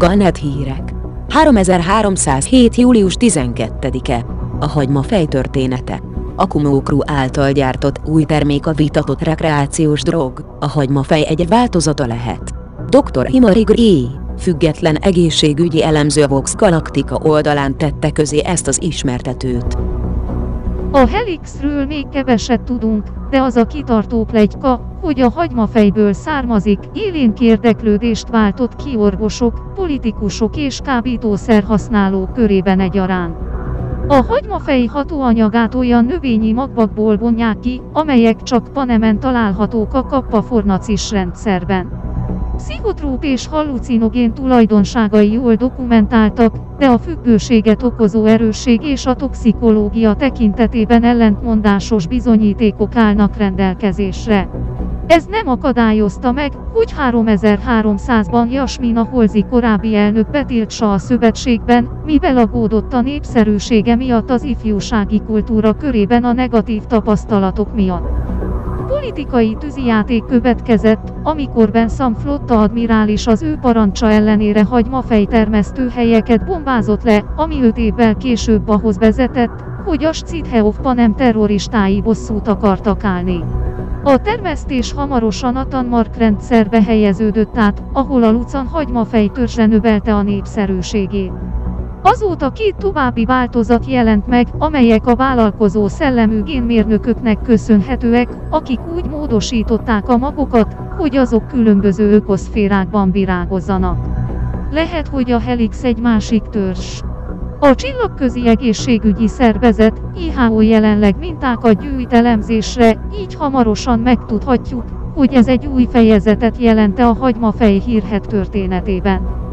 Galnet hírek. 3307. július 12-e. A hagymafej története. A Kumo Crew által gyártott új termék a vitatott rekreációs drog. A hagymafej egy változata lehet. Dr. Himari Gray, független egészségügyi elemző a Vox Galactica oldalán tette közé ezt az ismertetőt. A Helixről még keveset tudunk, de az a kitartó pletyka, hogy a hagymafejből származik, élénk érdeklődést váltott ki orvosok, politikusok és kábítószerhasználók körében egyaránt. A hagymafej hatóanyagát olyan növényi magvakból vonják ki, amelyek csak Panemen találhatók a kappa-fornacis rendszerben. Pszichotróp és hallucinogén tulajdonságai jól dokumentáltak, de a függőséget okozó erősség és a toxikológia tekintetében ellentmondásos bizonyítékok állnak rendelkezésre. Ez nem akadályozta meg, hogy 3300-ban Jasmina Holzi korábbi elnök betiltsa a szövetségben, mivel aggódott a népszerűsége miatt az ifjúsági kultúra körében a negatív tapasztalatok miatt. Politikai tűzijáték következett, amikor Benszam flotta admirális az ő parancsa ellenére hagymafej-termesztő helyeket bombázott le, ami 5 évvel később ahhoz vezetett, hogy a Scidheov Panem terroristái bosszút akartak állni. A termesztés hamarosan a Tanmark rendszerbe helyeződött át, ahol a Lucan hagymafej törzse növelte a népszerűségét. Azóta 2 további változat jelent meg, amelyek a vállalkozó szellemű génmérnököknek köszönhetőek, akik úgy módosították a magokat, hogy azok különböző ökoszférákban virágozzanak. Lehet, hogy a Helix egy másik törzs. A Csillagközi Egészségügyi Szervezet, WHO jelenleg mintákat gyűjt elemzésre, így hamarosan megtudhatjuk, hogy ez egy új fejezetet jelent-e a hagymafej hírhedt történetében.